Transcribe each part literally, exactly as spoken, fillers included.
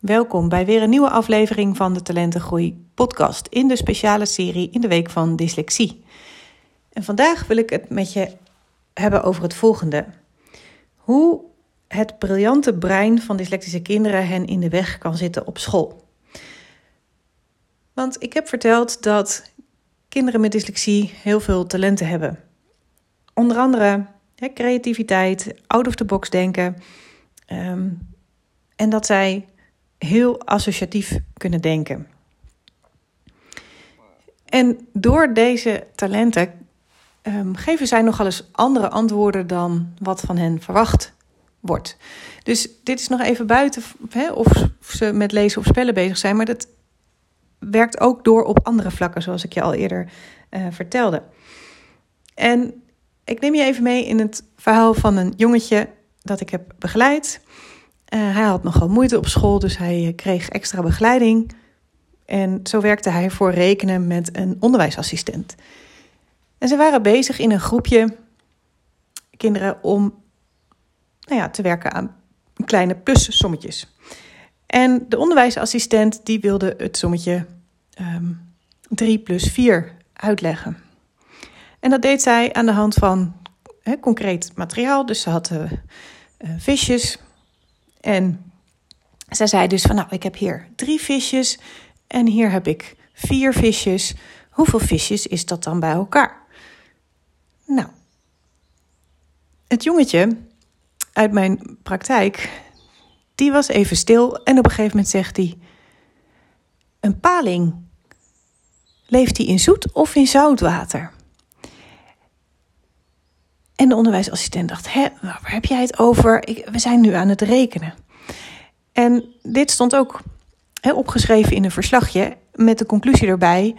Welkom bij weer een nieuwe aflevering van de Talentengroei podcast in de speciale serie in de week van dyslexie. En vandaag wil ik het met je hebben over het volgende. Hoe het briljante brein van dyslectische kinderen hen in de weg kan zitten op school. Want ik heb verteld dat kinderen met dyslexie heel veel talenten hebben. Onder andere hè, creativiteit, out-of-the-box denken. Um, en dat zij heel associatief kunnen denken. En door deze talenten um, geven zij nogal eens andere antwoorden dan wat van hen verwacht wordt. Dus dit is nog even buiten hè, of ze met lezen of spellen bezig zijn, maar dat werkt ook door op andere vlakken, zoals ik je al eerder uh, vertelde. En ik neem je even mee in het verhaal van een jongetje dat ik heb begeleid. Uh, hij had nogal moeite op school, dus hij kreeg extra begeleiding. En zo werkte hij voor rekenen met een onderwijsassistent. En ze waren bezig in een groepje kinderen om nou ja, te werken aan kleine plussommetjes. En de onderwijsassistent die wilde het sommetje um, drie plus vier uitleggen. En dat deed zij aan de hand van he, concreet materiaal. Dus ze had uh, uh, visjes. En zij zei dus van nou, ik heb hier drie visjes en hier heb ik vier visjes. Hoeveel visjes is dat dan bij elkaar? Nou, het jongetje uit mijn praktijk, die was even stil en op een gegeven moment zegt hij: een paling, leeft die in zoet of in zout water? En de onderwijsassistent dacht, hè, waar heb jij het over? Ik, we zijn nu aan het rekenen. En dit stond ook hè, opgeschreven in een verslagje met de conclusie erbij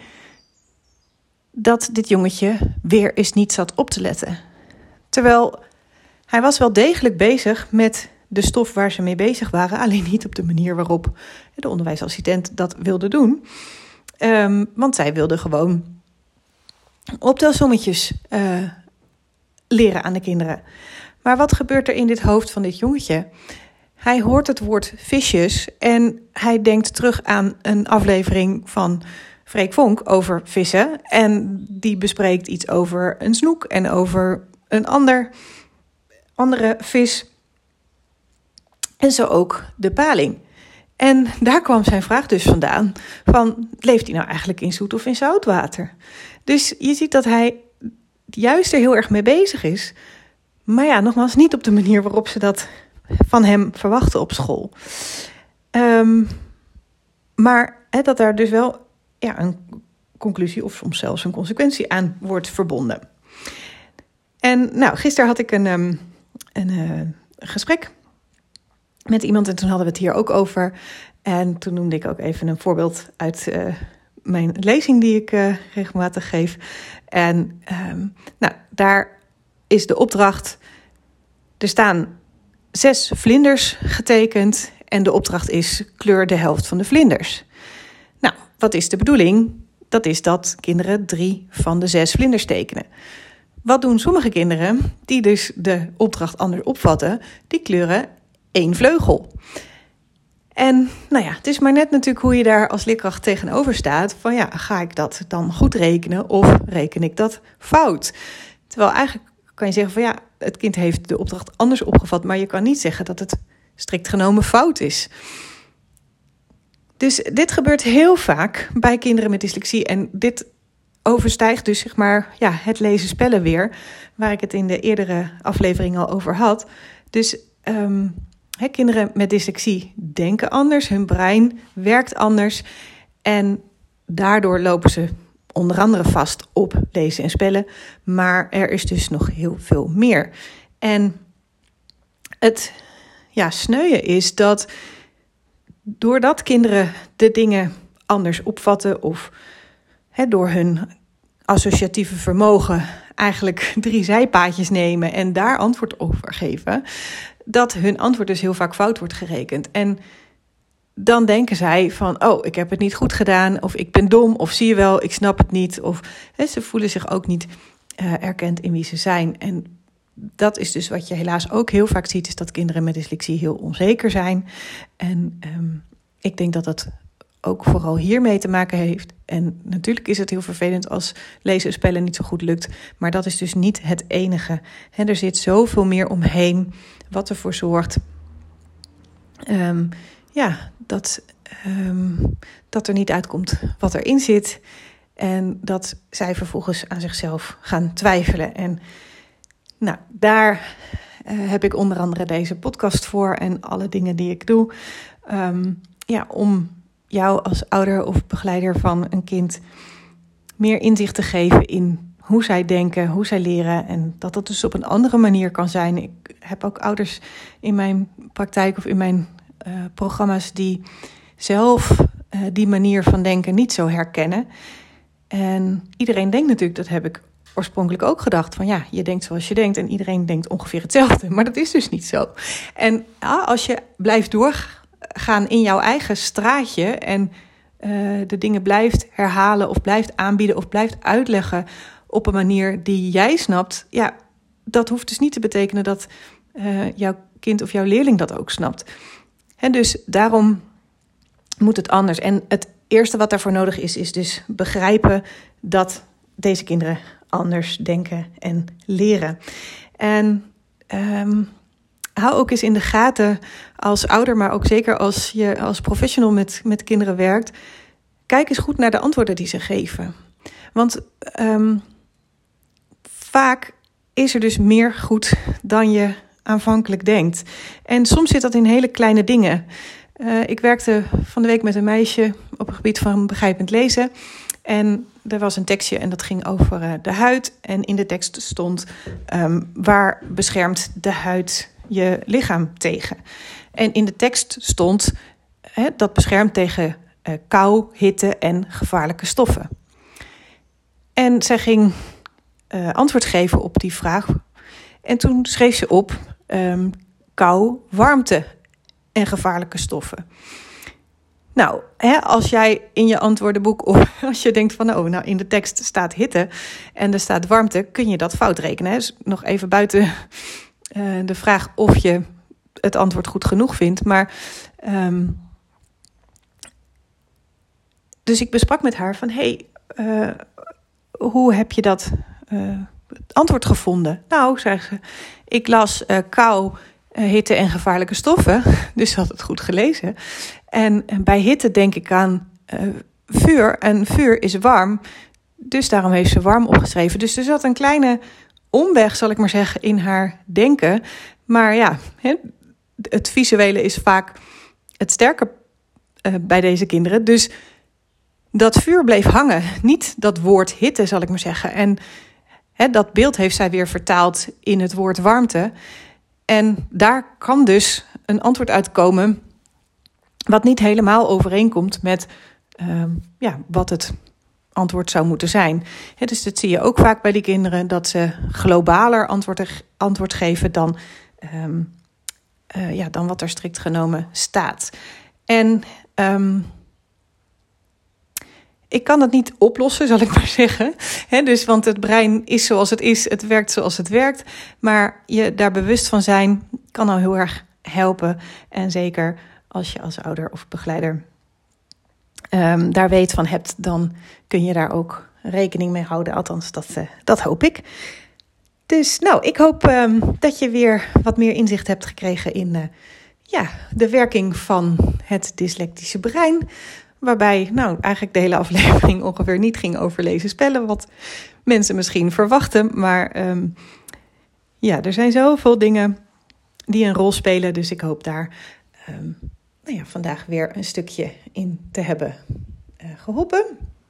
dat dit jongetje weer eens niet zat op te letten. Terwijl hij was wel degelijk bezig met de stof waar ze mee bezig waren, alleen niet op de manier waarop de onderwijsassistent dat wilde doen. Um, want zij wilde gewoon optelsommetjes uh, leren aan de kinderen. Maar wat gebeurt er in dit hoofd van dit jongetje? Hij hoort het woord visjes en hij denkt terug aan een aflevering van Freek Vonk over vissen. En die bespreekt iets over een snoek en over een ander, andere vis. En zo ook de paling. En daar kwam zijn vraag dus vandaan van, leeft hij nou eigenlijk in zoet of in zout water? Dus je ziet dat hij juist er heel erg mee bezig is. Maar ja, nogmaals, niet op de manier waarop ze dat van hem verwachten op school. Um, maar he, dat daar dus wel ja, een conclusie of soms zelfs een consequentie aan wordt verbonden. En nou, gisteren had ik een, um, een uh, gesprek met iemand en toen hadden we het hier ook over. En toen noemde ik ook even een voorbeeld uit uh, mijn lezing die ik uh, regelmatig geef. En um, nou, daar is de opdracht, er staan zes vlinders getekend en de opdracht is kleur de helft van de vlinders. Nou, wat is de bedoeling? Dat is dat kinderen drie van de zes vlinders tekenen. Wat doen sommige kinderen die dus de opdracht anders opvatten? Die kleuren één vleugel. En nou ja, het is maar net natuurlijk hoe je daar als leerkracht tegenover staat. Van ja, ga ik dat dan goed rekenen of reken ik dat fout? Terwijl eigenlijk kan je zeggen van ja, het kind heeft de opdracht anders opgevat, maar je kan niet zeggen dat het strikt genomen fout is. Dus dit gebeurt heel vaak bij kinderen met dyslexie en dit overstijgt dus zeg maar ja, het lezen spellen weer, waar ik het in de eerdere aflevering al over had. Dus um, he, kinderen met dyslexie denken anders, hun brein werkt anders en daardoor lopen ze onder andere vast op lezen en spellen, maar er is dus nog heel veel meer. En het ja, sneuien is dat doordat kinderen de dingen anders opvatten of he, door hun associatieve vermogen eigenlijk drie zijpaadjes nemen en daar antwoord over geven, dat hun antwoord dus heel vaak fout wordt gerekend. En dan denken zij van, oh, ik heb het niet goed gedaan, of ik ben dom, of zie je wel, ik snap het niet. Of he, ze voelen zich ook niet uh, erkend in wie ze zijn. En dat is dus wat je helaas ook heel vaak ziet, is dat kinderen met dyslexie heel onzeker zijn. En um, ik denk dat dat ook vooral hiermee te maken heeft. En natuurlijk is het heel vervelend als lezen en spellen niet zo goed lukt. Maar dat is dus niet het enige. He, er zit zoveel meer omheen wat ervoor zorgt um, ja, dat, um, dat er niet uitkomt wat erin zit. En dat zij vervolgens aan zichzelf gaan twijfelen. En nou, daar uh, heb ik onder andere deze podcast voor en alle dingen die ik doe. Um, ja, om jou als ouder of begeleider van een kind meer inzicht te geven in hoe zij denken, hoe zij leren. En dat dat dus op een andere manier kan zijn. Ik heb ook ouders in mijn praktijk of in mijn uh, programma's die zelf uh, die manier van denken niet zo herkennen. En iedereen denkt natuurlijk, dat heb ik oorspronkelijk ook gedacht, van ja, je denkt zoals je denkt en iedereen denkt ongeveer hetzelfde. Maar dat is dus niet zo. En ja, als je blijft doorgaan in jouw eigen straatje en uh, de dingen blijft herhalen of blijft aanbieden of blijft uitleggen op een manier die jij snapt, ja, dat hoeft dus niet te betekenen dat uh, jouw kind of jouw leerling dat ook snapt. En dus daarom moet het anders. En het eerste wat daarvoor nodig is, is dus begrijpen dat deze kinderen anders denken en leren. En um, hou ook eens in de gaten als ouder, maar ook zeker als je als professional met, met kinderen werkt. Kijk eens goed naar de antwoorden die ze geven. Want um, vaak is er dus meer goed dan je aanvankelijk denkt. En soms zit dat in hele kleine dingen. Uh, ik werkte van de week met een meisje op het gebied van begrijpend lezen. En er was een tekstje en dat ging over uh, de huid. En in de tekst stond um, waar beschermt de huid je lichaam tegen. En in de tekst stond hè, dat beschermt tegen uh, kou, hitte en gevaarlijke stoffen. En zij ging uh, antwoord geven op die vraag. En toen schreef ze op um, kou, warmte en gevaarlijke stoffen. Nou, hè, als jij in je antwoordenboek of als je denkt van, oh, nou in de tekst staat hitte en er staat warmte, kun je dat fout rekenen. Hè? Dus nog even buiten uh, de vraag of je het antwoord goed genoeg vindt. Maar um, dus ik besprak met haar van, hey, uh, hoe heb je dat uh, antwoord gevonden? Nou, zei ze, ik las uh, kou, hitte en gevaarlijke stoffen. Dus ze had het goed gelezen. En, en bij hitte denk ik aan uh, vuur. En vuur is warm. Dus daarom heeft ze warm opgeschreven. Dus er zat een kleine omweg, zal ik maar zeggen, in haar denken. Maar ja, he, het visuele is vaak het sterke uh, bij deze kinderen. Dus dat vuur bleef hangen. Niet dat woord hitte, zal ik maar zeggen. En he, dat beeld heeft zij weer vertaald in het woord warmte. En daar kan dus een antwoord uitkomen wat niet helemaal overeenkomt met uh, ja, wat het antwoord zou moeten zijn. Ja, dus dat zie je ook vaak bij die kinderen, dat ze globaler antwoord, antwoord geven dan, um, uh, ja, dan wat er strikt genomen staat. En um, ik kan dat niet oplossen, zal ik maar zeggen. He, dus, want het brein is zoals het is, het werkt zoals het werkt. Maar je daar bewust van zijn kan al heel erg helpen. En zeker als je als ouder of begeleider um, daar weet van hebt, dan kun je daar ook rekening mee houden. Althans, dat, uh, dat hoop ik. Dus nou, ik hoop um, dat je weer wat meer inzicht hebt gekregen in uh, ja, de werking van het dyslectische brein. Waarbij nou eigenlijk de hele aflevering ongeveer niet ging over lezen spellen. Wat mensen misschien verwachten. Maar um, ja, er zijn zoveel dingen die een rol spelen. Dus ik hoop daar um, nou ja, vandaag weer een stukje in te hebben uh, geholpen.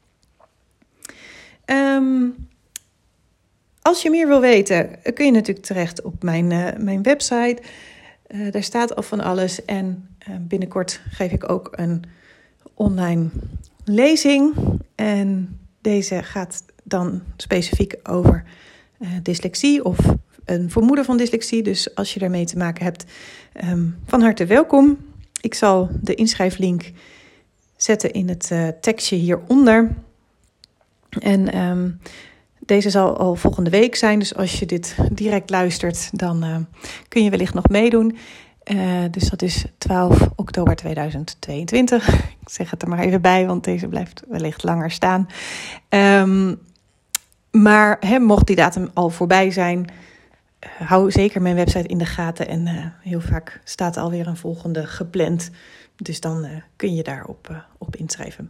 Um, als je meer wil weten, kun je natuurlijk terecht op mijn, uh, mijn website. Uh, daar staat al van alles. En uh, binnenkort geef ik ook een online lezing. En deze gaat dan specifiek over uh, dyslexie of een vermoeden van dyslexie. Dus als je daarmee te maken hebt, um, van harte welkom. Ik zal de inschrijflink zetten in het uh, tekstje hieronder. En um, deze zal al volgende week zijn. Dus als je dit direct luistert, dan uh, kun je wellicht nog meedoen. Uh, dus dat is twaalf oktober tweeduizend tweeëntwintig. Ik zeg het er maar even bij, want deze blijft wellicht langer staan. Um, maar he, mocht die datum al voorbij zijn, uh, hou zeker mijn website in de gaten. En uh, heel vaak staat er alweer een volgende gepland. Dus dan uh, kun je daarop uh, op inschrijven.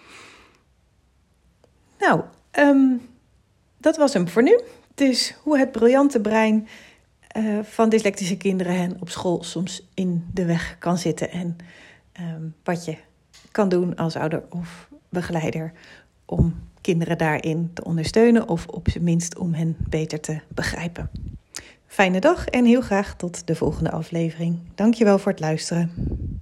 Nou, um, dat was hem voor nu. Dus hoe het briljante brein uh, van dyslectische kinderen hen op school soms in de weg kan zitten. En um, wat je kan doen als ouder of begeleider om kinderen daarin te ondersteunen. Of op zijn minst om hen beter te begrijpen. Fijne dag en heel graag tot de volgende aflevering. Dankjewel voor het luisteren.